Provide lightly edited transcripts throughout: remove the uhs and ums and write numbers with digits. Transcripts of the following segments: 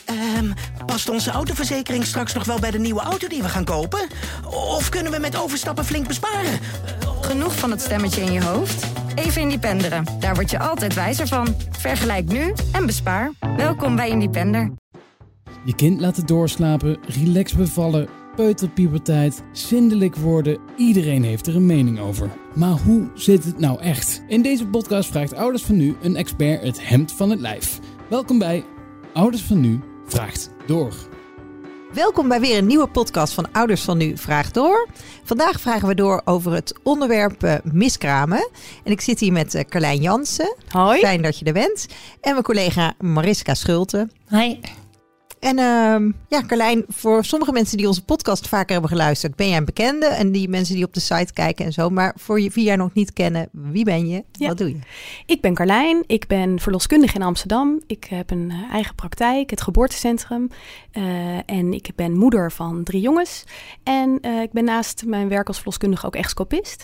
Past onze autoverzekering straks nog wel bij de nieuwe auto die we gaan kopen? Of kunnen we met overstappen flink besparen? Genoeg van het stemmetje in je hoofd? Even Independeren. Daar word je altijd wijzer van. Vergelijk nu en bespaar. Welkom bij Independer. Je kind laten doorslapen, relax bevallen, peuterpuberteit, zindelijk worden. Iedereen heeft er een mening over. Maar hoe zit het nou echt? In deze podcast vraagt Ouders van Nu een expert het hemd van het lijf. Welkom bij Ouders van Nu vraagt door. Welkom bij weer een nieuwe podcast van Ouders van Nu vraagt door. Vandaag vragen we door over het onderwerp miskramen. En ik zit hier met Carlijn Jansen. Hoi. Fijn dat je er bent. En mijn collega Mariska Schulte. Hi. En Carlijn, voor sommige mensen die onze podcast vaker hebben geluisterd, ben jij een bekende. En die mensen die op de site kijken en zo. Maar voor wie jij nog niet kennen, wie ben je? Ja. Wat doe je? Ik ben Carlijn. Ik ben verloskundige in Amsterdam. Ik heb een eigen praktijk, het geboortecentrum. En ik ben moeder van 3 jongens. En ik ben naast mijn werk als verloskundige ook echoscopist.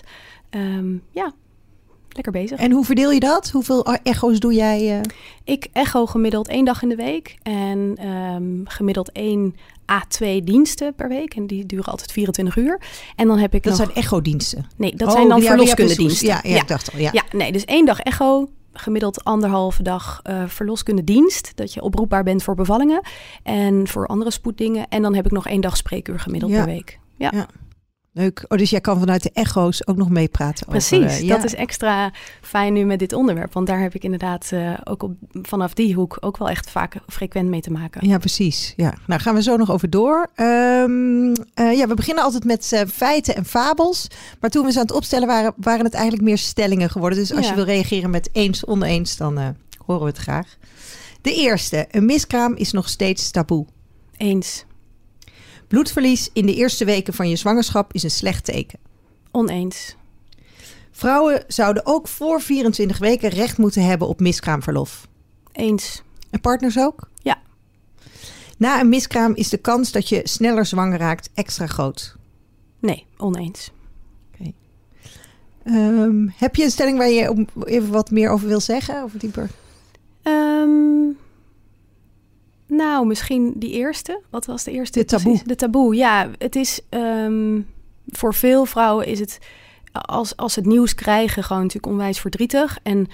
Lekker bezig. En hoe verdeel je dat? Hoeveel echo's doe jij? Ik echo gemiddeld 1 dag in de week. En gemiddeld 1 à 2 diensten per week. En die duren altijd 24 uur. En dan heb ik dat zijn echodiensten? Nee, dat zijn dan verloskundediensten. Ja, ik dacht al. Ja, dus 1 dag echo. Gemiddeld 1,5 dag verloskundedienst. Dat je oproepbaar bent voor bevallingen. En voor andere spoeddingen. En dan heb ik nog 1 dag spreekuur gemiddeld per week. Ja. Leuk. Dus jij kan vanuit de echo's ook nog meepraten. Precies, dat is extra fijn nu met dit onderwerp. Want daar heb ik inderdaad ook vanaf die hoek ook wel echt vaak frequent mee te maken. Ja, precies. Ja. Nou, gaan we zo nog over door. We beginnen altijd met feiten en fabels. Maar toen we ze aan het opstellen waren het eigenlijk meer stellingen geworden. Dus als je wil reageren met eens, oneens, dan horen we het graag. De eerste. Een miskraam is nog steeds taboe. Eens. Bloedverlies in de eerste weken van je zwangerschap is een slecht teken. Oneens. Vrouwen zouden ook voor 24 weken recht moeten hebben op miskraamverlof. Eens. En partners ook? Ja. Na een miskraam is de kans dat je sneller zwanger raakt extra groot. Nee, oneens. Okay. Heb je een stelling waar je even wat meer over wil zeggen? Of dieper? Nou, misschien die eerste. Wat was de eerste? De taboe. De taboe, ja. Het is voor veel vrouwen is het, als ze het nieuws krijgen, gewoon natuurlijk onwijs verdrietig. En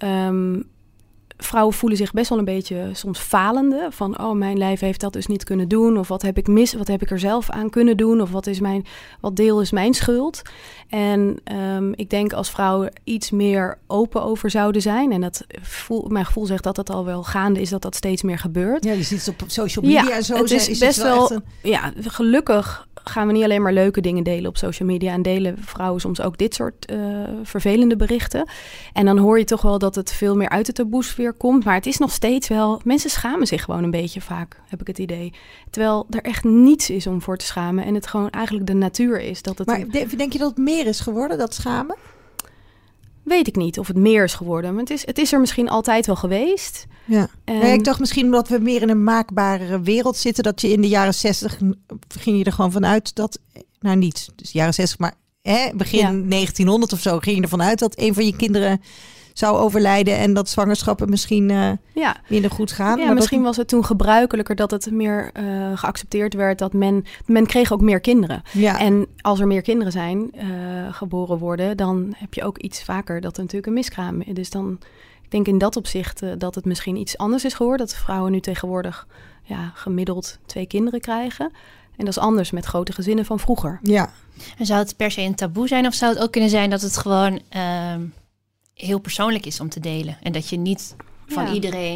vrouwen voelen zich best wel een beetje soms falende. Van, oh, mijn lijf heeft dat dus niet kunnen doen. Of wat heb ik mis? Wat heb ik er zelf aan kunnen doen? Of wat deel is mijn schuld? En ik denk als vrouwen iets meer open over zouden zijn. En mijn gevoel zegt dat het al wel gaande is dat steeds meer gebeurt. Ja, je ziet het op social media en zo. Het is best wel gelukkig gaan we niet alleen maar leuke dingen delen op social media. En delen vrouwen soms ook dit soort vervelende berichten. En dan hoor je toch wel dat het veel meer uit de taboesfeer komt. Maar het is nog steeds wel, mensen schamen zich gewoon een beetje vaak, heb ik het idee. Terwijl er echt niets is om voor te schamen. En het gewoon eigenlijk de natuur is. Maar denk je dat het meer is geworden, dat schamen? Weet ik niet of het meer is geworden. Maar het is er misschien altijd wel geweest. Ja. Ik dacht misschien omdat we meer in een maakbare wereld zitten. Dat je in de jaren 60 ging je er gewoon vanuit dat... Nou, niet dus jaren 60, maar begin 1900 of zo ging je ervan uit dat een van je kinderen zou overlijden en dat zwangerschappen misschien minder goed gaan. Ja, maar misschien was het toen gebruikelijker dat het meer geaccepteerd werd dat men kreeg ook meer kinderen. Ja. En als er meer kinderen zijn geboren worden, dan heb je ook iets vaker dat er natuurlijk een miskraam is. Dus dan, ik denk in dat opzicht dat het misschien iets anders is geworden. Dat vrouwen nu tegenwoordig gemiddeld 2 kinderen krijgen. En dat is anders met grote gezinnen van vroeger. Ja. En zou het per se een taboe zijn of zou het ook kunnen zijn dat het gewoon heel persoonlijk is om te delen? En dat je niet van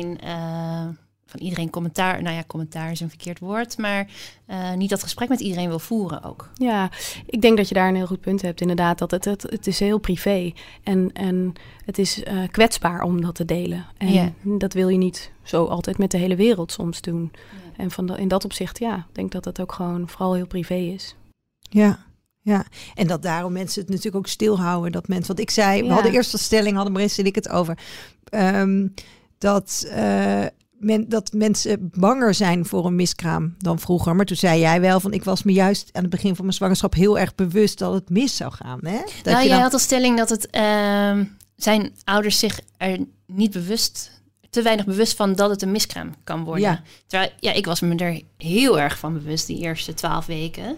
iedereen commentaar... commentaar is een verkeerd woord, maar niet dat gesprek met iedereen wil voeren ook. Ja, ik denk dat je daar een heel goed punt hebt. Inderdaad, dat het is heel privé. En het is kwetsbaar om dat te delen. En dat wil je niet zo altijd met de hele wereld soms doen. Ja. En in dat opzicht, ik denk dat het ook gewoon vooral heel privé is. Ja. Ja, en dat daarom mensen het natuurlijk ook stilhouden. Dat mensen, wat ik zei, we hadden eerst de stelling, hadden Marissa en ik het over. Dat mensen banger zijn voor een miskraam dan vroeger. Maar toen zei jij wel van, ik was me juist aan het begin van mijn zwangerschap heel erg bewust dat het mis zou gaan. Hè? Jij had als stelling dat het zijn ouders zich er niet bewust te weinig bewust van dat het een miskraam kan worden. Ja. Terwijl, ik was me er heel erg van bewust die eerste 12 weken.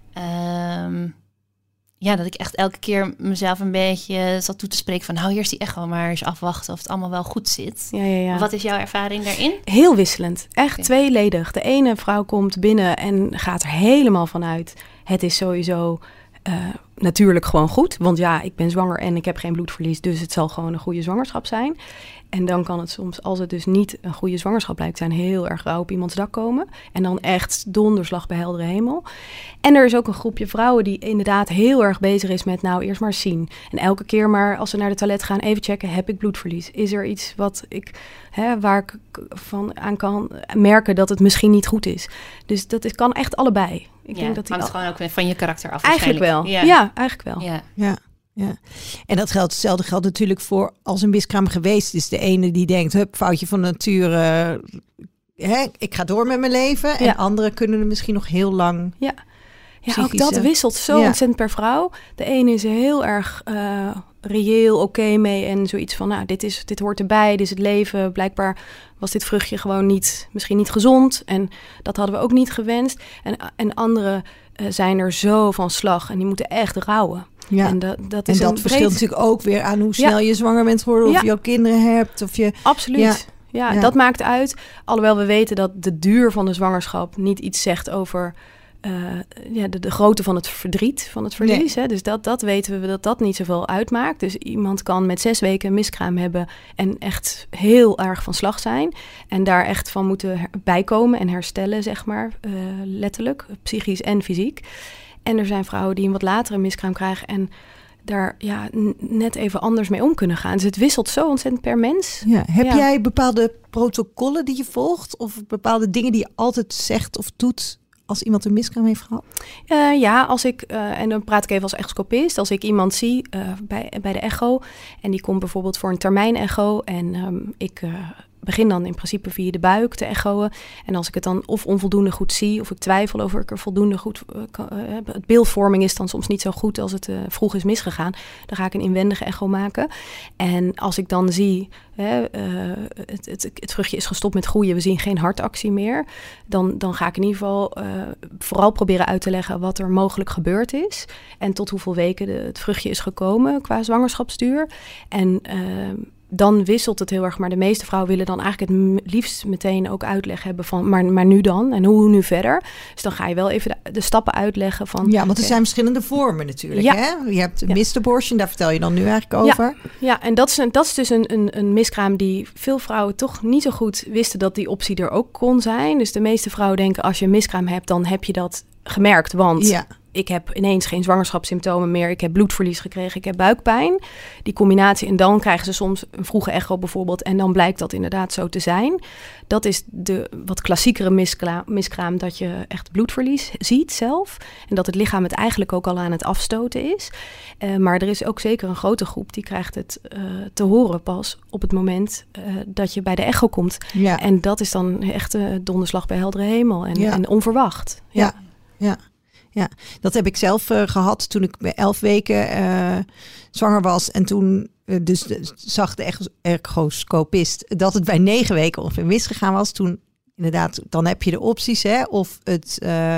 Dat ik echt elke keer mezelf een beetje zat toe te spreken van... nou, eerst die echo maar eens afwachten of het allemaal wel goed zit. Ja. Wat is jouw ervaring daarin? Heel wisselend. Echt tweeledig. De ene vrouw komt binnen en gaat er helemaal vanuit. Het is sowieso natuurlijk gewoon goed. Want ik ben zwanger en ik heb geen bloedverlies. Dus het zal gewoon een goede zwangerschap zijn. En dan kan het soms, als het dus niet een goede zwangerschap blijkt zijn... heel erg rauw op iemands dak komen. En dan echt donderslag bij heldere hemel. En er is ook een groepje vrouwen die inderdaad heel erg bezig is met... nou, eerst maar zien. En elke keer maar als ze naar de toilet gaan even checken... heb ik bloedverlies? Is er iets wat waar ik van aan kan merken dat het misschien niet goed is? Dus dat kan echt allebei. Ik denk dat hangt gewoon ook van je karakter af. Eigenlijk wel. Ja, eigenlijk wel. Ja. En hetzelfde geldt natuurlijk voor als een miskraam geweest is. De ene die denkt, foutje van de natuur, ik ga door met mijn leven. En anderen kunnen er misschien nog heel lang... Ja, ook dat wisselt zo ontzettend per vrouw. De ene is er heel erg reëel oké mee en zoiets van... nou, dit hoort erbij, dit is het leven. Blijkbaar was dit vruchtje gewoon misschien niet gezond. En dat hadden we ook niet gewenst. En anderen zijn er zo van slag en die moeten echt rouwen. Ja. En dat verschilt natuurlijk ook weer aan hoe snel je zwanger bent geworden... of je ook kinderen hebt. Of je... Absoluut. Ja, dat maakt uit. Alhoewel we weten dat de duur van de zwangerschap... niet iets zegt over de grootte van het verdriet, van het verlies. Nee. Hè? Dus dat weten we dat niet zoveel uitmaakt. Dus iemand kan met 6 weken een miskraam hebben... en echt heel erg van slag zijn. En daar echt van moeten bijkomen en herstellen, zeg maar. Letterlijk, psychisch en fysiek. En er zijn vrouwen die een wat latere miskraam krijgen... en daar net even anders mee om kunnen gaan. Dus het wisselt zo ontzettend per mens. Ja. Heb jij bepaalde protocollen die je volgt? Of bepaalde dingen die je altijd zegt of doet... als iemand een miskraam heeft gehad? Als ik... en dan praat ik even als echoscopist. Als ik iemand zie bij de echo... en die komt bijvoorbeeld voor een termijn-echo... en ik... begin dan in principe via de buik te echoën. En als ik het dan of onvoldoende goed zie... of ik twijfel over ik er voldoende goed... het beeldvorming is dan soms niet zo goed... als het vroeg is misgegaan. Dan ga ik een inwendige echo maken. En als ik dan zie... het vruchtje is gestopt met groeien... we zien geen hartactie meer... dan ga ik in ieder geval vooral proberen uit te leggen... wat er mogelijk gebeurd is. En tot hoeveel weken het vruchtje is gekomen... qua zwangerschapsduur. En... dan wisselt het heel erg, maar de meeste vrouwen willen dan eigenlijk het liefst meteen ook uitleg hebben van, maar nu dan? En hoe nu verder? Dus dan ga je wel even de stappen uitleggen van... Ja, want er zijn verschillende vormen natuurlijk, hè? Je hebt een misabortion, daar vertel je dan nu eigenlijk over. Ja, en dat is dus een miskraam die veel vrouwen toch niet zo goed wisten dat die optie er ook kon zijn. Dus de meeste vrouwen denken, als je een miskraam hebt, dan heb je dat gemerkt, want... Ja. Ik heb ineens geen zwangerschapssymptomen meer. Ik heb bloedverlies gekregen. Ik heb buikpijn. Die combinatie. En dan krijgen ze soms een vroege echo bijvoorbeeld. En dan blijkt dat inderdaad zo te zijn. Dat is de wat klassiekere miskraam. Dat je echt bloedverlies ziet zelf. En dat het lichaam het eigenlijk ook al aan het afstoten is. Maar er is ook zeker een grote groep die krijgt het te horen pas op het moment dat je bij de echo komt. Ja. En dat is dan echt donderslag bij heldere hemel. En onverwacht. Ja, dat heb ik zelf gehad toen ik bij 11 weken zwanger was. En toen zag de echoscopist dat het bij 9 weken ongeveer misgegaan was. Toen inderdaad, dan heb je de opties, hè, of het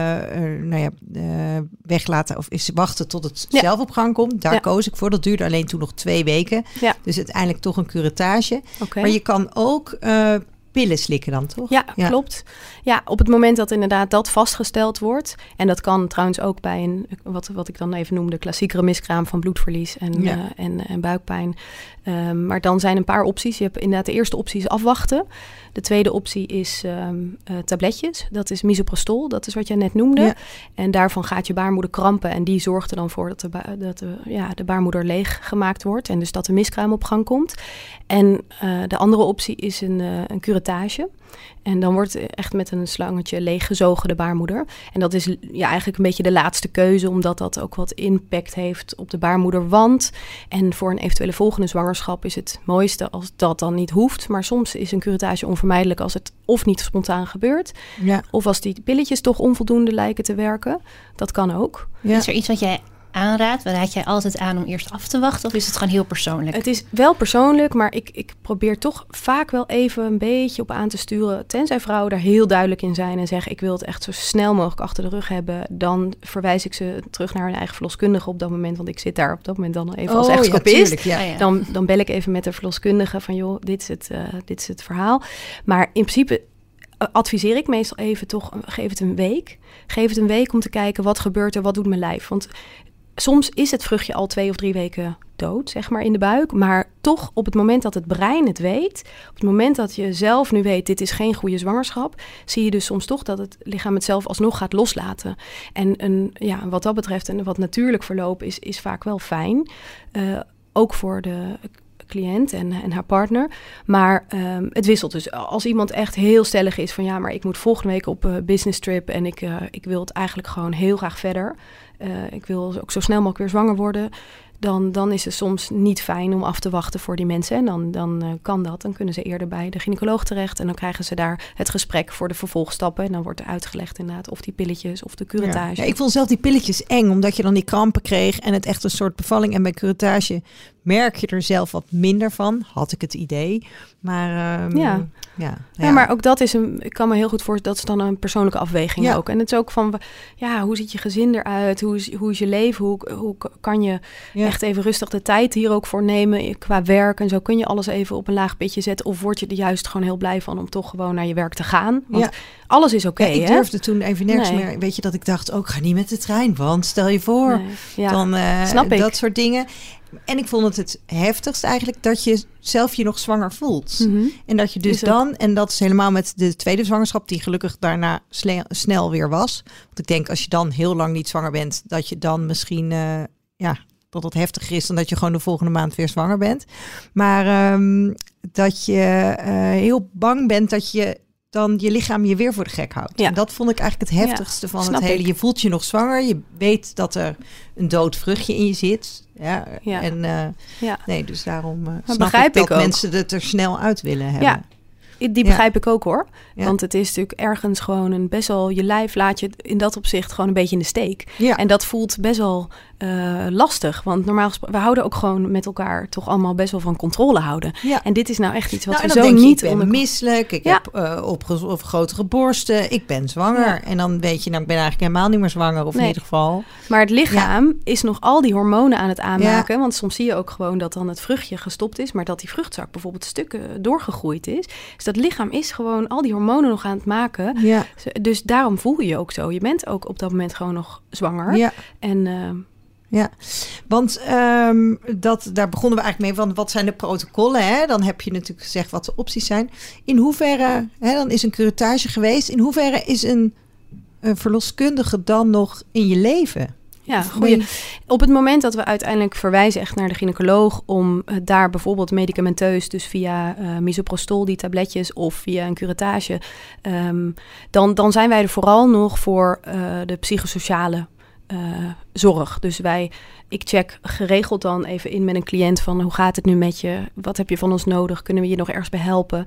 weglaten of is wachten tot het zelf op gang komt. Daar koos ik voor. Dat duurde alleen toen nog 2 weken. Ja. Dus uiteindelijk toch een curettage. Okay. Maar je kan ook... pillen slikken dan, toch? Ja, klopt. Ja, op het moment dat inderdaad dat vastgesteld wordt... en dat kan trouwens ook bij een... wat ik dan even noemde... klassiekere miskraam van bloedverlies en buikpijn. Maar dan zijn een paar opties. Je hebt inderdaad de eerste optie is afwachten. De tweede optie is tabletjes. Dat is misoprostol, dat is wat jij net noemde. Ja. En daarvan gaat je baarmoeder krampen... en die zorgt er dan voor dat de baarmoeder leeg gemaakt wordt... en dus dat de miskraam op gang komt. En de andere optie is een curettage... En dan wordt echt met een slangetje leeggezogen de baarmoeder. En dat is eigenlijk een beetje de laatste keuze... omdat dat ook wat impact heeft op de baarmoederwand. En voor een eventuele volgende zwangerschap is het mooiste als dat dan niet hoeft. Maar soms is een curettage onvermijdelijk als het of niet spontaan gebeurt... of als die pilletjes toch onvoldoende lijken te werken. Dat kan ook. Ja. Is er iets wat jij aanraadt? Raad jij altijd aan om eerst af te wachten of is het gewoon heel persoonlijk? Het is wel persoonlijk, maar ik probeer toch vaak wel even een beetje op aan te sturen. Tenzij vrouwen daar heel duidelijk in zijn en zeggen ik wil het echt zo snel mogelijk achter de rug hebben. Dan verwijs ik ze terug naar hun eigen verloskundige op dat moment. Want ik zit daar op dat moment dan even als echoscopist. Ja. Dan bel ik even met de verloskundige van joh, dit is het verhaal. Maar in principe adviseer ik meestal even toch, geef het een week. Geef het een week om te kijken wat gebeurt er, wat doet mijn lijf. Want soms is het vruchtje al 2 of 3 weken dood, zeg maar, in de buik. Maar toch op het moment dat het brein het weet, op het moment dat je zelf nu weet, dit is geen goede zwangerschap, zie je dus soms toch dat het lichaam het zelf alsnog gaat loslaten. En wat dat betreft, en wat natuurlijk verloop is vaak wel fijn. Ook voor de cliënt en haar partner. Maar het wisselt dus. Als iemand echt heel stellig is van ja, maar ik moet volgende week op business trip en ik wil het eigenlijk gewoon heel graag verder. Ik wil ook zo snel mogelijk weer zwanger worden. Dan is het soms niet fijn om af te wachten voor die mensen. En dan kan dat. Dan kunnen ze eerder bij de gynaecoloog terecht. En dan krijgen ze daar het gesprek voor de vervolgstappen. En dan wordt er uitgelegd inderdaad of die pilletjes of de curettage. Ja, ik vond zelf die pilletjes eng, omdat je dan die krampen kreeg en het echt een soort bevalling. En bij curettage merk je er zelf wat minder van, had ik het idee. Maar maar ook dat is ik kan me heel goed voorstellen, dat is dan een persoonlijke afweging ook. En het is ook van, hoe ziet je gezin eruit? Hoe is je leven? Hoe kan je echt even rustig de tijd hier ook voor nemen qua werk? En zo kun je alles even op een laag pitje zetten. Of word je er juist gewoon heel blij van om toch gewoon naar je werk te gaan? Want alles is oké. Ik durfde toen even nergens meer. Weet je dat ik dacht, ga niet met de trein, want stel je voor. Nee. Dan snap ik. Dat soort dingen. En ik vond het heftigst eigenlijk dat je zelf je nog zwanger voelt. Mm-hmm. En dat je dus dan, en dat is helemaal met de tweede zwangerschap, die gelukkig daarna snel weer was. Want ik denk als je dan heel lang niet zwanger bent, dat je dan misschien, dat het heftiger is dan dat je gewoon de volgende maand weer zwanger bent. Maar dat je heel bang bent dat je dan je lichaam je weer voor de gek houdt. Ja. En dat vond ik eigenlijk het heftigste van het hele. Je voelt je nog zwanger. Je weet dat er een dood vruchtje in je zit. Dus daarom snap ik dat mensen het er snel uit willen hebben. Ja. Die begrijp ik ook hoor. Ja. Want het is natuurlijk ergens gewoon best wel, je lijf laat je in dat opzicht gewoon een beetje in de steek. Ja. En dat voelt best wel lastig. Want normaal gesproken, we houden ook gewoon met elkaar toch allemaal best wel van controle houden. Ja. En dit is nou echt iets wat we zo niet... Ik ben misselijk, ik heb grotere borsten, ik ben zwanger. Ja. En dan weet je, ik ben eigenlijk helemaal niet meer zwanger, of in ieder geval. Maar het lichaam is nog al die hormonen aan het aanmaken. Ja. Want soms zie je ook gewoon dat dan het vruchtje gestopt is, maar dat die vruchtzak bijvoorbeeld stukken doorgegroeid is. Dus dat lichaam is gewoon al die hormonen nog aan het maken. Ja. Dus daarom voel je je ook zo. Je bent ook op dat moment gewoon nog zwanger. Ja. En... want daar begonnen we eigenlijk mee van wat zijn de protocollen? Hè? Dan heb je natuurlijk gezegd wat de opties zijn. In hoeverre, dan is een curettage geweest. In hoeverre is een verloskundige dan nog in je leven? Ja, goeie. Op het moment dat we uiteindelijk verwijzen echt naar de gynaecoloog om daar bijvoorbeeld medicamenteus, dus via misoprostol, die tabletjes, of via een curettage, dan zijn wij er vooral nog voor de psychosociale zorg. Dus ik check geregeld dan even in met een cliënt van hoe gaat het nu met je? Wat heb je van ons nodig? Kunnen we je nog ergens bij helpen?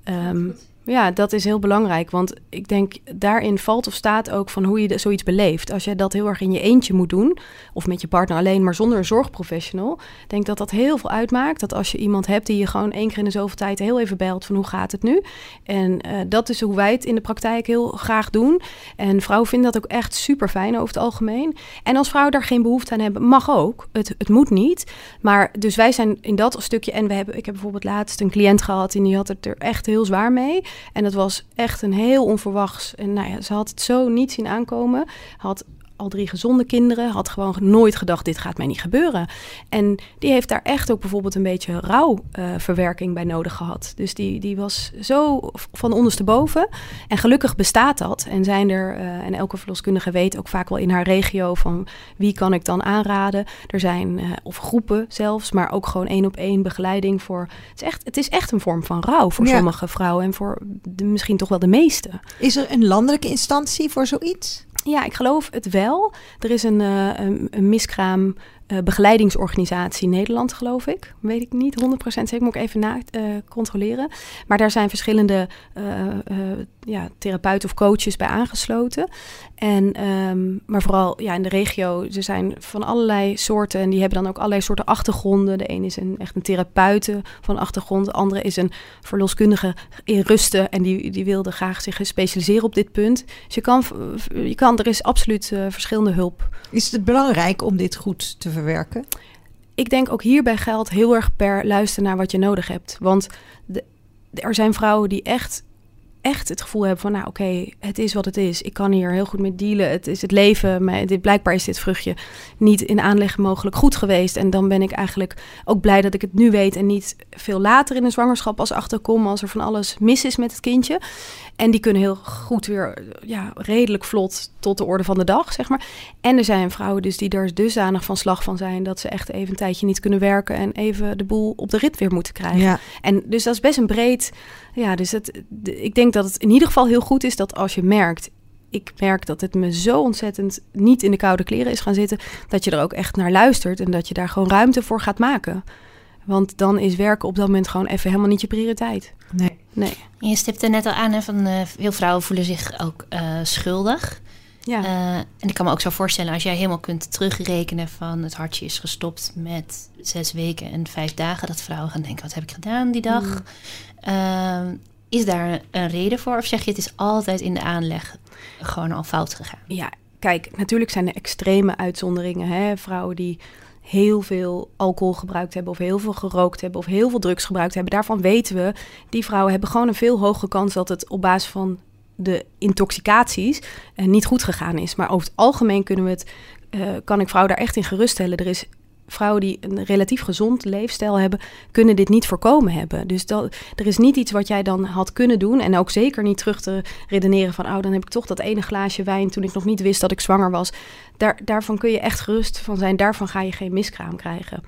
Ja, dat is heel belangrijk. Want ik denk, daarin valt of staat ook van hoe je zoiets beleeft. Als je dat heel erg in je eentje moet doen, of met je partner alleen, maar zonder een zorgprofessional, denk dat dat heel veel uitmaakt. Dat als je iemand hebt die je gewoon 1 keer in de zoveel tijd heel even belt van hoe gaat het nu? En dat is hoe wij het in de praktijk heel graag doen. En vrouwen vinden dat ook echt super fijn over het algemeen. En als vrouwen daar geen behoefte aan hebben, mag ook. Het moet niet. Maar dus wij zijn in dat stukje, en ik heb bijvoorbeeld laatst een cliënt gehad en die had het er echt heel zwaar mee. En dat was echt een heel onverwachts. En ze had het zo niet zien aankomen. Had al 3 gezonde kinderen. Had gewoon nooit gedacht, dit gaat mij niet gebeuren. En die heeft daar echt ook bijvoorbeeld een beetje rouwverwerking bij nodig gehad. Dus die was zo van ondersteboven. En gelukkig bestaat dat. En zijn er, en elke verloskundige weet ook vaak wel in haar regio van wie kan ik dan aanraden. Er zijn, of groepen zelfs, maar ook gewoon 1-op-1 begeleiding voor. Het is echt een vorm van rouw voor sommige vrouwen en voor misschien toch wel de meeste. Is er een landelijke instantie voor zoiets? Ja, ik geloof het wel. Er is een miskraam begeleidingsorganisatie Nederland, geloof ik. Weet ik niet 100% zeker, moet ik even controleren. Maar daar zijn verschillende therapeuten of coaches bij aangesloten. Maar vooral in de regio, er zijn van allerlei soorten en die hebben dan ook allerlei soorten achtergronden. De een is echt een therapeute van achtergrond, de andere is een verloskundige in rusten en die wilde graag zich specialiseren op dit punt. Dus er is absoluut verschillende hulp. Is het belangrijk om dit goed te verwerken? Ik denk ook hierbij geldt heel erg per luisteren naar wat je nodig hebt. Want er zijn vrouwen die echt het gevoel hebben van, het is wat het is. Ik kan hier heel goed mee dealen. Het is het leven. Maar blijkbaar is dit vruchtje niet in aanleg mogelijk goed geweest. En dan ben ik eigenlijk ook blij dat ik het nu weet en niet veel later in de zwangerschap pas achterkom als er van alles mis is met het kindje. En die kunnen heel goed weer redelijk vlot tot de orde van de dag, zeg maar. En er zijn vrouwen dus die er dusdanig van slag van zijn dat ze echt even een tijdje niet kunnen werken en even de boel op de rit weer moeten krijgen. Ja. En dus dat is best een breed. Ja, dus ik denk dat het in ieder geval heel goed is dat als je merkt, ik merk dat het me zo ontzettend niet in de koude kleren is gaan zitten, dat je er ook echt naar luistert en dat je daar gewoon ruimte voor gaat maken. Want dan is werken op dat moment gewoon even helemaal niet je prioriteit. Nee. Je stipte net al aan, van veel vrouwen voelen zich ook schuldig. Ja. En ik kan me ook zo voorstellen, als jij helemaal kunt terugrekenen van het hartje is gestopt met 6 weken en 5 dagen, dat vrouwen gaan denken, wat heb ik gedaan die dag? Is daar een reden voor? Of zeg je, het is altijd in de aanleg gewoon al fout gegaan? Ja, kijk, natuurlijk zijn er extreme uitzonderingen. Hè? Vrouwen die heel veel alcohol gebruikt hebben of heel veel gerookt hebben of heel veel drugs gebruikt hebben. Daarvan weten we, die vrouwen hebben gewoon een veel hogere kans dat het op basis van de intoxicaties niet goed gegaan is. Maar over het algemeen kan ik vrouwen daar echt in geruststellen. Er is vrouwen die een relatief gezond leefstijl hebben, kunnen dit niet voorkomen hebben. Dus er is niet iets wat jij dan had kunnen doen en ook zeker niet terug te redeneren van, dan heb ik toch dat ene glaasje wijn toen ik nog niet wist dat ik zwanger was. Daarvan kun je echt gerust van zijn. Daarvan ga je geen miskraam krijgen.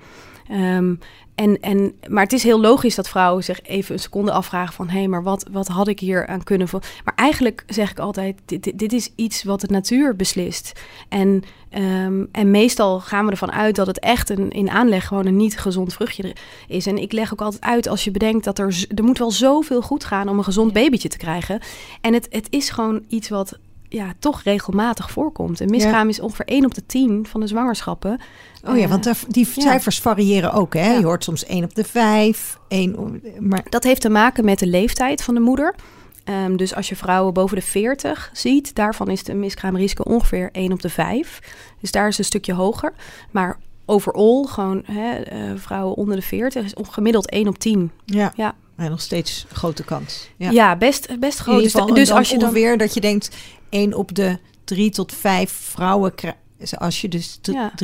Maar het is heel logisch dat vrouwen zich even een seconde afvragen van, maar wat had ik hier aan kunnen... Maar eigenlijk zeg ik altijd, dit is iets wat de natuur beslist. En meestal gaan we ervan uit dat het echt in aanleg gewoon een niet gezond vruchtje is. En ik leg ook altijd uit, als je bedenkt dat er moet wel zoveel goed gaan om een gezond babytje te krijgen. En het is gewoon iets wat toch regelmatig voorkomt. Een miskraam is ongeveer 1 op de 10 van de zwangerschappen. Want die cijfers variëren ook, hè? Ja. Je hoort soms 1 op de 5. Maar dat heeft te maken met de leeftijd van de moeder. Dus als je vrouwen boven de 40 ziet, daarvan is het miskraamrisico ongeveer 1 op de 5. Dus daar is een stukje hoger. Maar overal, gewoon vrouwen onder de 40 is gemiddeld 1 op 10. Ja. En nog steeds een grote kans. Ja, best groot. Dus als je ongeveer dat je denkt 1 op de 3 tot 5 vrouwen krijgt. Als je dus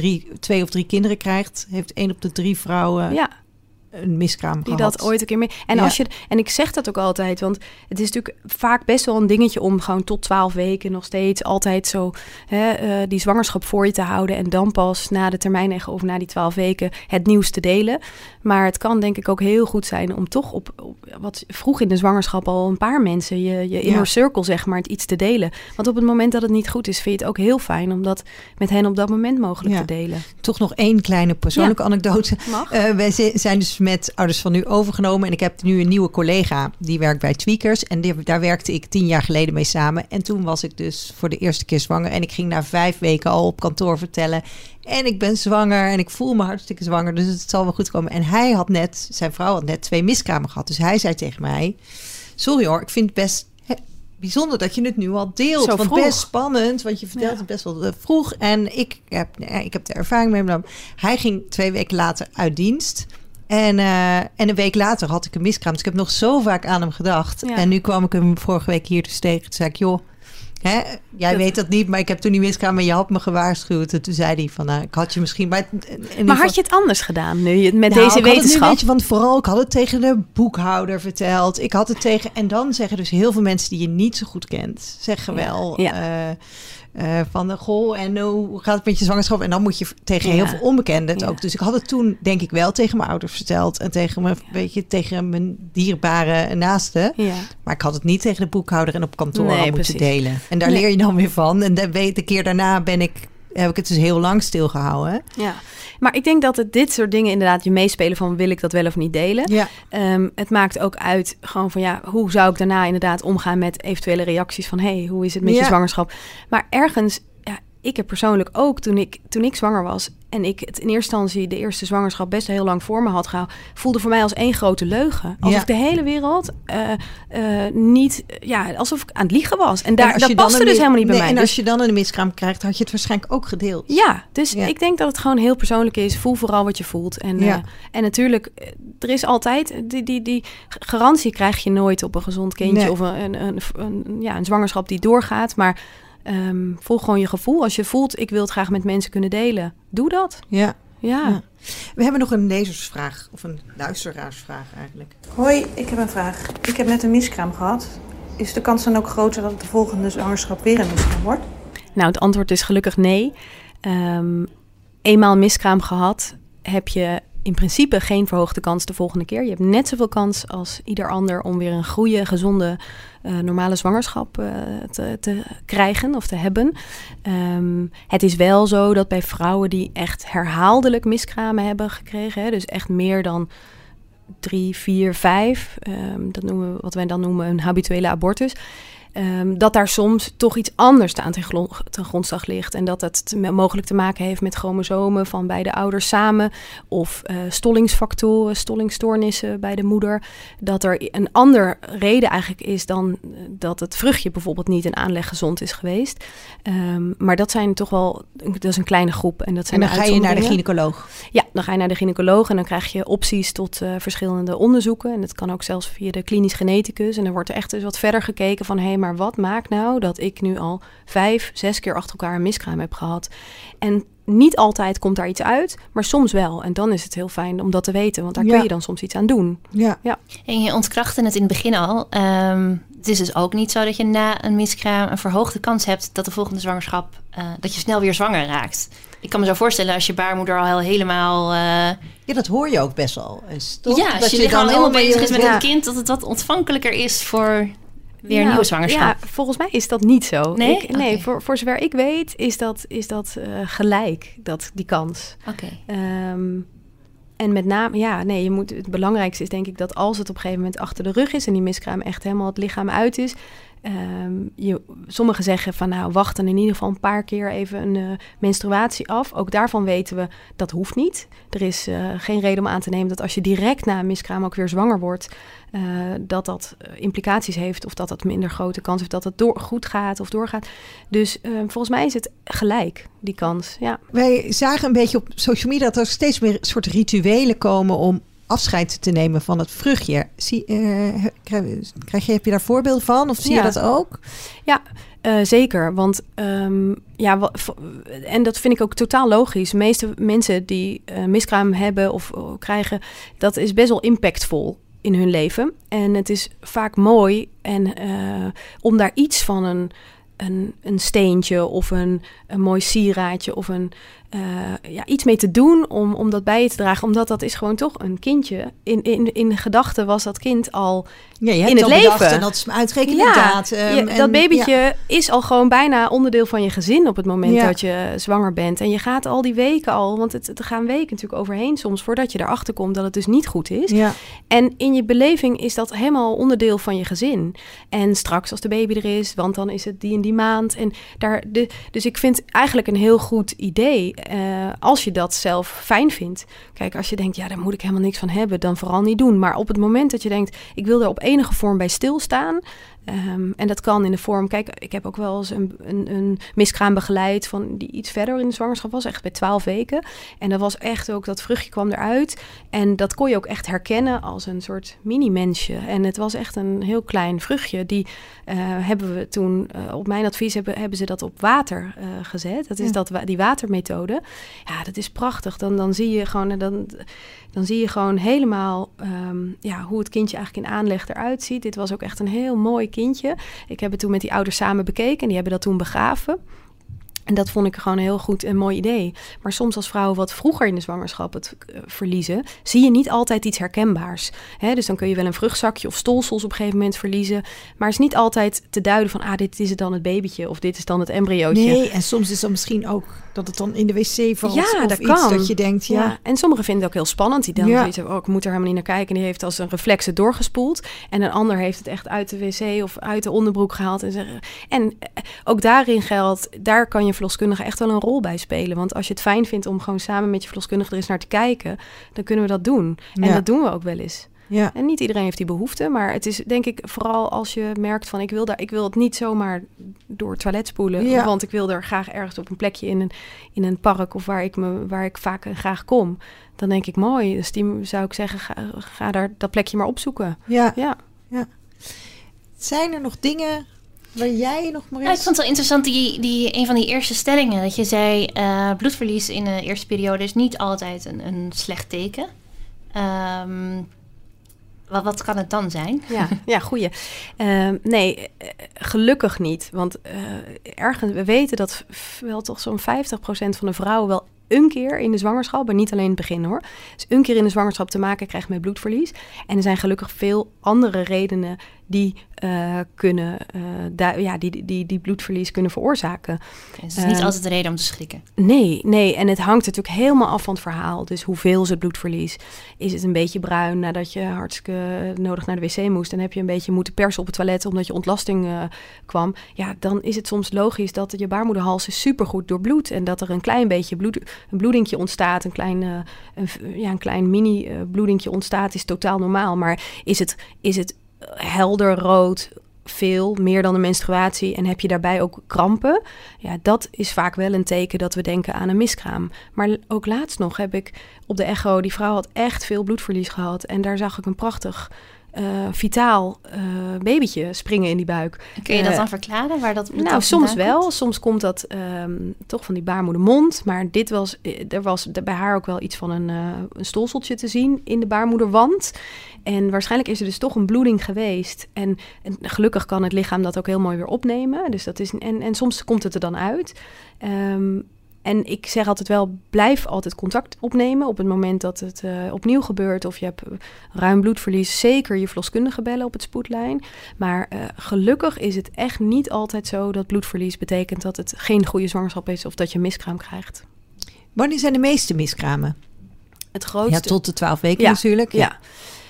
2 of 3 kinderen krijgt, heeft 1 op de 3 vrouwen een miskraam die gehad. Dat ooit een keer mee. En en ik zeg dat ook altijd, want het is natuurlijk vaak best wel een dingetje om gewoon tot 12 weken nog steeds altijd zo die zwangerschap voor je te houden en dan pas na de termijn of na die 12 weken het nieuws te delen. Maar het kan denk ik ook heel goed zijn om toch op wat vroeg in de zwangerschap al een paar mensen je inner circle zeg maar iets te delen. Want op het moment dat het niet goed is, vind je het ook heel fijn om dat met hen op dat moment mogelijk te delen. Toch nog 1 kleine persoonlijke anekdote. Wij zijn dus met Ouders van Nu overgenomen en ik heb nu een nieuwe collega die werkt bij Tweakers en daar werkte ik 10 jaar geleden mee samen en toen was ik dus voor de eerste keer zwanger en ik ging na 5 weken al op kantoor vertellen en ik ben zwanger en ik voel me hartstikke zwanger, dus het zal wel goed komen. En zijn vrouw had net 2 miskramen gehad, dus hij zei tegen mij, sorry hoor, ik vind het best bijzonder dat je het nu al deelt. Zo want vroeg. Best spannend, want je vertelt het best wel vroeg. En ik heb de ervaring mee. Hij ging 2 weken later uit dienst. En een week later had ik een miskraam. Dus ik heb nog zo vaak aan hem gedacht. Ja. En nu kwam ik hem vorige week hier dus tegen. Toen zei ik, joh, jij weet dat niet, maar ik heb toen die miskraam en je had me gewaarschuwd. En toen zei hij van, ik had je misschien... Maar had je het anders gedaan nu met deze wetenschap? Want vooral, ik had het tegen de boekhouder verteld. Ik had het tegen... En dan zeggen dus heel veel mensen die je niet zo goed kent, zeggen wel... van goh, en hoe gaat het met je zwangerschap? En dan moet je tegen heel veel onbekenden het ook. Dus ik had het toen, denk ik wel, tegen mijn ouders verteld. En tegen mijn dierbare naasten. Ja. Maar ik had het niet tegen de boekhouder en op kantoor al moeten delen. En daar leer je dan weer van. En de keer daarna ben ik heb ik het dus heel lang stilgehouden. Hè? Ja, maar ik denk dat dit soort dingen inderdaad je meespelen van wil ik dat wel of niet delen. Ja. Het maakt ook uit gewoon van hoe zou ik daarna inderdaad omgaan met eventuele reacties van hoe is het met je zwangerschap? Maar ergens, ik heb persoonlijk ook toen ik zwanger was en ik het in eerste instantie de eerste zwangerschap best heel lang voor me had gehouden, voelde voor mij als één grote leugen. Alsof de hele wereld niet, alsof ik aan het liegen was. En dat paste dus helemaal niet bij mij. En als je dan een miskraam krijgt, had je het waarschijnlijk ook gedeeld. Ja, dus ik denk dat het gewoon heel persoonlijk is. Voel vooral wat je voelt. En natuurlijk, er is altijd, die garantie krijg je nooit op een gezond kindje of een zwangerschap die doorgaat, maar volg gewoon je gevoel. Als je voelt, ik wil het graag met mensen kunnen delen, doe dat. Ja. We hebben nog een lezersvraag, of een luisteraarsvraag eigenlijk. Hoi, ik heb een vraag. Ik heb net een miskraam gehad. Is de kans dan ook groter dat de volgende zwangerschap weer een miskraam wordt? Nou, het antwoord is gelukkig nee. Eenmaal miskraam gehad, heb je in principe geen verhoogde kans de volgende keer. Je hebt net zoveel kans als ieder ander om weer een goede, gezonde, normale zwangerschap te krijgen of te hebben. Het is wel zo dat bij vrouwen die echt herhaaldelijk miskramen hebben gekregen, dus echt meer dan 3, 4, 5, dat noemen we, wat wij dan noemen een habituele abortus, dat daar soms toch iets anders aan ten grondslag ligt. En dat het mogelijk te maken heeft met chromosomen van beide ouders samen. Of stollingsfactoren, stollingstoornissen bij de moeder. Dat er een andere reden eigenlijk is dan dat het vruchtje bijvoorbeeld niet in aanleg gezond is geweest. Maar dat zijn toch wel, dat is een kleine groep. En dan ga je naar de gynaecoloog? Ja, dan ga je naar de gynaecoloog en dan krijg je opties tot verschillende onderzoeken. En dat kan ook zelfs via de klinisch geneticus. En dan wordt er echt eens wat verder gekeken van maar wat maakt nou dat ik nu al 5, 6 keer achter elkaar een miskraam heb gehad? En niet altijd komt daar iets uit, maar soms wel. En dan is het heel fijn om dat te weten, want daar kun je dan soms iets aan doen. Ja. En je ontkrachtte het in het begin al. Het is dus ook niet zo dat je na een miskraam een verhoogde kans hebt dat de volgende zwangerschap, dat je snel weer zwanger raakt. Ik kan me zo voorstellen als je baarmoeder al helemaal... Ja, dat hoor je ook best wel. Ja, als je lichaam helemaal bezig is met een kind, dat het wat ontvankelijker is voor weer een nieuwe zwangerschap. Ja, volgens mij is dat niet zo. Nee? Nee, voor zover ik weet is dat gelijk, die kans. Oké. En met name, het belangrijkste is denk ik dat als het op een gegeven moment achter de rug is en die miskraam echt helemaal het lichaam uit is, sommigen zeggen van wacht dan in ieder geval een paar keer even een menstruatie af. Ook daarvan weten we dat hoeft niet. Er is geen reden om aan te nemen dat als je direct na een miskraam ook weer zwanger wordt, dat implicaties heeft of dat minder grote kans heeft dat het goed gaat of doorgaat. Dus volgens mij is het gelijk, die kans. Ja. Wij zagen een beetje op social media dat er steeds meer soort rituelen komen om afscheid te nemen van het vruchtje. Heb je daar voorbeelden van? Of zie je dat ook? Ja, zeker. Want en dat vind ik ook totaal logisch. De meeste mensen die miskraam hebben of krijgen, dat is best wel impactvol in hun leven. En het is vaak mooi om daar iets van een steentje of een mooi sieraadje of iets mee te doen om dat bij je te dragen. Omdat dat is gewoon toch een kindje. In gedachten was dat kind al in het leven. En dat is uitgerekend inderdaad. Dat babytje is al gewoon bijna onderdeel van je gezin op het moment dat je zwanger bent. En je gaat al die weken al, want er gaan weken natuurlijk overheen soms voordat je erachter komt dat het dus niet goed is. Ja. En in je beleving is dat helemaal onderdeel van je gezin. En straks als de baby er is, want dan is het die en die maand. En dus ik vind eigenlijk een heel goed idee als je dat zelf fijn vindt. Kijk, als je denkt, daar moet ik helemaal niks van hebben, dan vooral niet doen. Maar op het moment dat je denkt, ik wil er op enige vorm bij stilstaan. En dat kan in de vorm, kijk, ik heb ook wel eens een miskraam begeleid die iets verder in de zwangerschap was, echt bij 12 weken. En dat was echt ook, dat vruchtje kwam eruit. En dat kon je ook echt herkennen als een soort mini-mensje. En het was echt een heel klein vruchtje. Die hebben we toen, op mijn advies, hebben ze dat op water gezet. Dat is die watermethode. Ja, dat is prachtig. Dan zie je gewoon, dan zie je gewoon helemaal hoe het kindje eigenlijk in aanleg eruit ziet. Dit was ook echt een heel mooi kindje. Ik heb het toen met die ouders samen bekeken en die hebben dat toen begraven. En dat vond ik gewoon een heel goed en mooi idee. Maar soms als vrouwen wat vroeger in de zwangerschap het verliezen, zie je niet altijd iets herkenbaars. Dus dan kun je wel een vruchtzakje of stolsels op een gegeven moment verliezen. Maar het is niet altijd te duiden van, dit is het dan het babytje of dit is dan het embryootje. Nee, en soms is dat misschien ook dat het dan in de wc valt. Ja, of dat iets kan. Dat je denkt, ja. En sommigen vinden het ook heel spannend. Die dan zoiets hebben, ik moet er helemaal niet naar kijken. En die heeft als een reflex het doorgespoeld. En een ander heeft het echt uit de wc of uit de onderbroek gehaald. En ook daarin geldt, daar kan je verloskundige echt wel een rol bij spelen. Want als je het fijn vindt om gewoon samen met je verloskundige er eens naar te kijken, dan kunnen we dat doen. En dat doen we ook wel eens. Ja. En niet iedereen heeft die behoefte, maar het is denk ik vooral als je merkt van ik wil het niet zomaar door het toilet spoelen, want ik wil er graag ergens op een plekje in een park of waar ik vaak graag kom. Dan denk ik mooi, dus die zou ik zeggen, ga daar dat plekje maar opzoeken. Ja. Zijn er nog dingen waar jij nog maar eens... Ja, ik vond het wel interessant, een van die eerste stellingen. Dat je zei, bloedverlies in de eerste periode is niet altijd een slecht teken. Wat kan het dan zijn? Ja, goeie. Nee, gelukkig niet. Want we weten dat wel toch zo'n 50% van de vrouwen wel een keer in de zwangerschap, maar niet alleen in het begin hoor. Dus een keer in de zwangerschap te maken krijgt met bloedverlies. En er zijn gelukkig veel andere redenen die die bloedverlies kunnen veroorzaken. Okay, dus het is niet altijd de reden om te schrikken. Nee. En het hangt natuurlijk helemaal af van het verhaal. Dus hoeveel is het bloedverlies? Is het een beetje bruin nadat je hartstikke nodig naar de wc moest en heb je een beetje moeten persen op het toilet omdat je ontlasting kwam? Ja, dan is het soms logisch dat je baarmoederhals is supergoed doorbloed en dat er een klein beetje een bloedingje ontstaat, een klein mini bloedingje ontstaat, is totaal normaal. Maar is het helder rood, veel, meer dan de menstruatie en heb je daarbij ook krampen? Ja, dat is vaak wel een teken dat we denken aan een miskraam. Maar ook laatst nog heb ik op de echo, die vrouw had echt veel bloedverlies gehad en daar zag ik een prachtig vitaal babytje springen in die buik. Kun je dat dan verklaren? Waar dat nou, soms wel. Komt? Soms komt dat toch van die baarmoedermond. Maar er was bij haar ook wel iets van een stolseltje te zien in de baarmoederwand. En waarschijnlijk is er dus toch een bloeding geweest. En gelukkig kan het lichaam dat ook heel mooi weer opnemen. Dus dat is, en soms komt het er dan uit. En ik zeg altijd wel, blijf altijd contact opnemen op het moment dat het opnieuw gebeurt. Of je hebt ruim bloedverlies, zeker je verloskundige bellen op het spoedlijn. Maar gelukkig is het echt niet altijd zo dat bloedverlies betekent dat het geen goede zwangerschap is of dat je miskraam krijgt. Wanneer zijn de meeste miskramen? Het grootste. Ja, tot de 12 weken natuurlijk. Ja.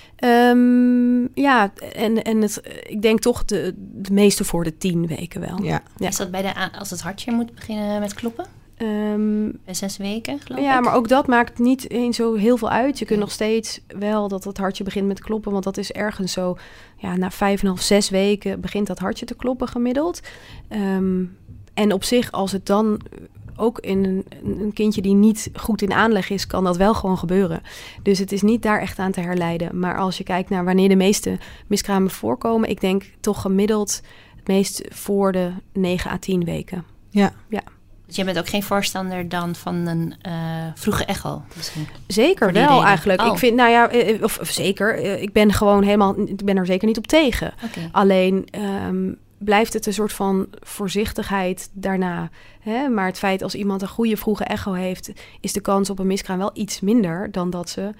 Ik denk toch de meeste voor de 10 weken wel. Ja. Is dat als het hartje moet beginnen met kloppen? Bij 6 weken, geloof ik. Ja, maar ook dat maakt niet eens zo heel veel uit. Je kunt nog steeds wel dat het hartje begint met kloppen. Want dat is ergens zo, na 5,5, 6 weken begint dat hartje te kloppen gemiddeld. En op zich, als het dan ook in een kindje die niet goed in aanleg is, kan dat wel gewoon gebeuren. Dus het is niet daar echt aan te herleiden. Maar als je kijkt naar wanneer de meeste miskramen voorkomen, ik denk toch gemiddeld het meest voor de 9 à 10 weken. Ja. Dus jij bent ook geen voorstander dan van een vroege echo misschien? Zeker wel eigenlijk. Ik vind, ik ben gewoon ik ben er zeker niet op tegen. Okay. Alleen blijft het een soort van voorzichtigheid daarna. Hè? Maar het feit als iemand een goede vroege echo heeft, is de kans op een miskraam wel iets minder dan dat ze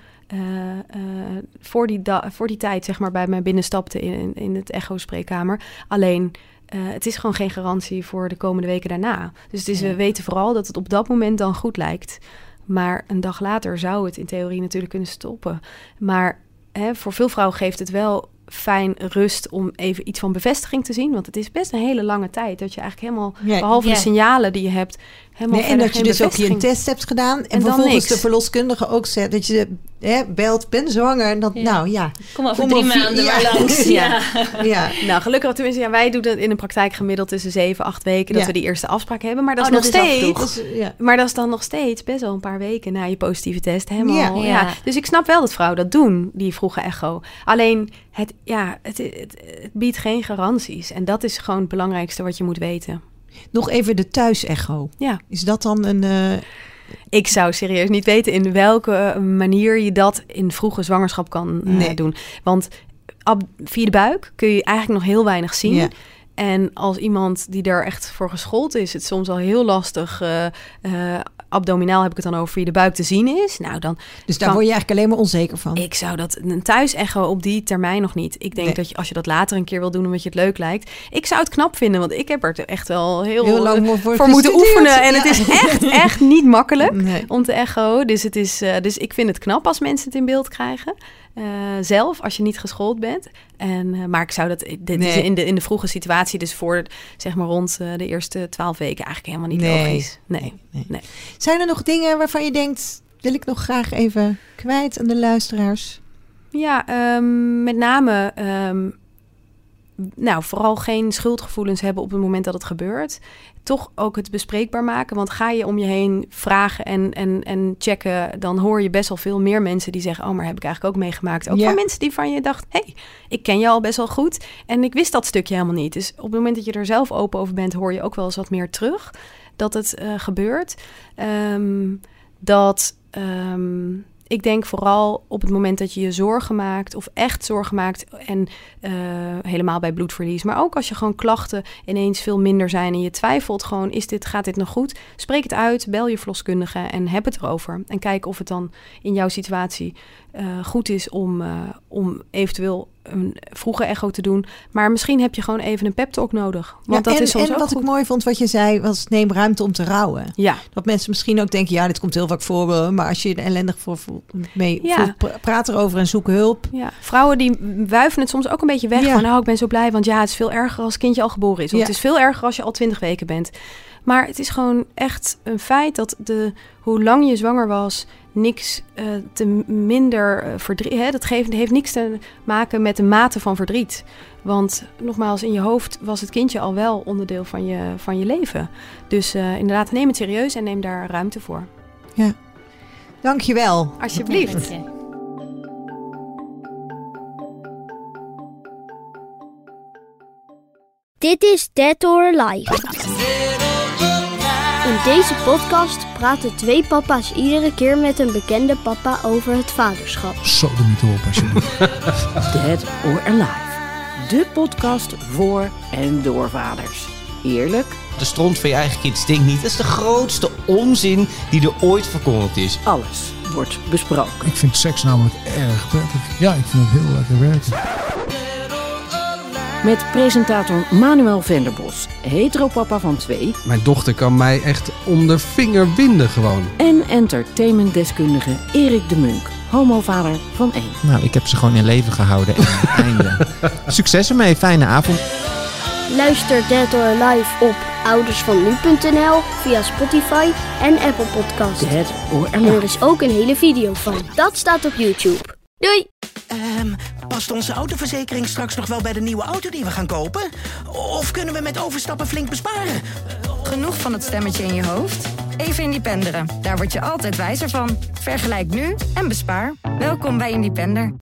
voor die tijd zeg maar bij mij binnenstapte in het echo-spreekkamer. Alleen het is gewoon geen garantie voor de komende weken daarna. Dus we weten vooral dat het op dat moment dan goed lijkt. Maar een dag later zou het in theorie natuurlijk kunnen stoppen. Maar voor veel vrouwen geeft het wel fijn rust om even iets van bevestiging te zien. Want het is best een hele lange tijd dat je eigenlijk helemaal, behalve de signalen die je hebt, helemaal en dat je dus ook je test hebt gedaan en vervolgens de verloskundige ook zegt dat je belt, ben zwanger en dat kom over 3 maanden maar langs. Ja. Nou, gelukkig tenminste, wij doen dat in de praktijk gemiddeld tussen 7, 8 weken dat we die eerste afspraak hebben, maar dat is nog steeds. Maar dat is dan nog steeds best wel een paar weken na je positieve test helemaal. Ja. Dus ik snap wel dat vrouwen dat doen, die vroege echo. Alleen het biedt geen garanties en dat is gewoon het belangrijkste wat je moet weten. Nog even de thuisecho. Ja. Is dat dan een... Ik zou serieus niet weten in welke manier je dat in vroege zwangerschap kan doen. Want via de buik kun je eigenlijk nog heel weinig zien. Ja. En als iemand die daar echt voor geschoold is, het soms al heel lastig abdominaal heb ik het dan over, via de buik te zien is. Nou, dan dus daar word je eigenlijk alleen maar onzeker van. Ik zou dat een thuisecho op die termijn nog niet. Ik denk dat als je dat later een keer wil doen omdat je het leuk lijkt. Ik zou het knap vinden, want ik heb er echt wel heel lang voor moeten oefenen. En het is echt niet makkelijk om te echo. Dus ik vind het knap als mensen het in beeld krijgen. Zelf, als je niet geschoold bent. Maar ik zou dat is in de vroege situatie, dus voor zeg maar rond de eerste 12 weken eigenlijk helemaal niet logisch. Nee. Zijn er nog dingen waarvan je denkt, wil ik nog graag even kwijt aan de luisteraars? Ja, met name vooral geen schuldgevoelens hebben op het moment dat het gebeurt. Toch ook het bespreekbaar maken. Want ga je om je heen vragen en checken, dan hoor je best wel veel meer mensen die zeggen, maar heb ik eigenlijk ook meegemaakt. Ook van mensen die van je dacht, ik ken je al best wel goed en ik wist dat stukje helemaal niet. Dus op het moment dat je er zelf open over bent, hoor je ook wel eens wat meer terug dat het gebeurt. Ik denk vooral op het moment dat je je zorgen maakt of echt zorgen maakt en helemaal bij bloedverlies. Maar ook als je gewoon klachten ineens veel minder zijn en je twijfelt gewoon, gaat dit nog goed? Spreek het uit, bel je verloskundige en heb het erover. En kijk of het dan in jouw situatie goed is om eventueel een vroege echo te doen. Maar misschien heb je gewoon even een pep talk nodig. Want dat is soms ook wat goed. Ik mooi vond wat je zei, was neem ruimte om te rouwen. Ja. Dat mensen misschien ook denken, dit komt heel vaak voor. Maar als je er ellendig voor voelt, praat erover en zoek hulp. Ja. Vrouwen die wuiven het soms ook een beetje weg. Van ik ben zo blij, want het is veel erger als het kindje al geboren is. Of het is veel erger als je al 20 weken bent. Maar het is gewoon echt een feit dat hoe lang je zwanger was, niks te minder verdriet. Dat heeft niks te maken met de mate van verdriet. Want nogmaals, in je hoofd was het kindje al wel onderdeel van je leven. Dus inderdaad, neem het serieus en neem daar ruimte voor. Ja, dankjewel. Alsjeblieft. Ja, Dit is Dead or Alive. In deze podcast praten 2 papa's iedere keer met een bekende papa over het vaderschap. Zo er niet op alsjeblieft. Dead or Alive. De podcast voor en door vaders. Eerlijk. De stront van je eigen kind stinkt niet. Dat is de grootste onzin die er ooit verkondigd is. Alles wordt besproken. Ik vind seks namelijk erg prettig. Ja, ik vind het heel lekker werken. Met presentator Manuel Venderbos, heteropapa van 2. Mijn dochter kan mij echt om de vinger winden gewoon. En entertainmentdeskundige Erik de Munk, homovader van 1. Nou, ik heb ze gewoon in leven gehouden en einde. Succes ermee, fijne avond. Luister Dead or Alive op oudersvannu.nl, via Spotify en Apple Podcasts. Dead or Alive. En er is ook een hele video van. Dat staat op YouTube. Doei! Past onze autoverzekering straks nog wel bij de nieuwe auto die we gaan kopen? Of kunnen we met overstappen flink besparen? Genoeg van het stemmetje in je hoofd? Even Independeren. Daar word je altijd wijzer van. Vergelijk nu en bespaar. Welkom bij Independer.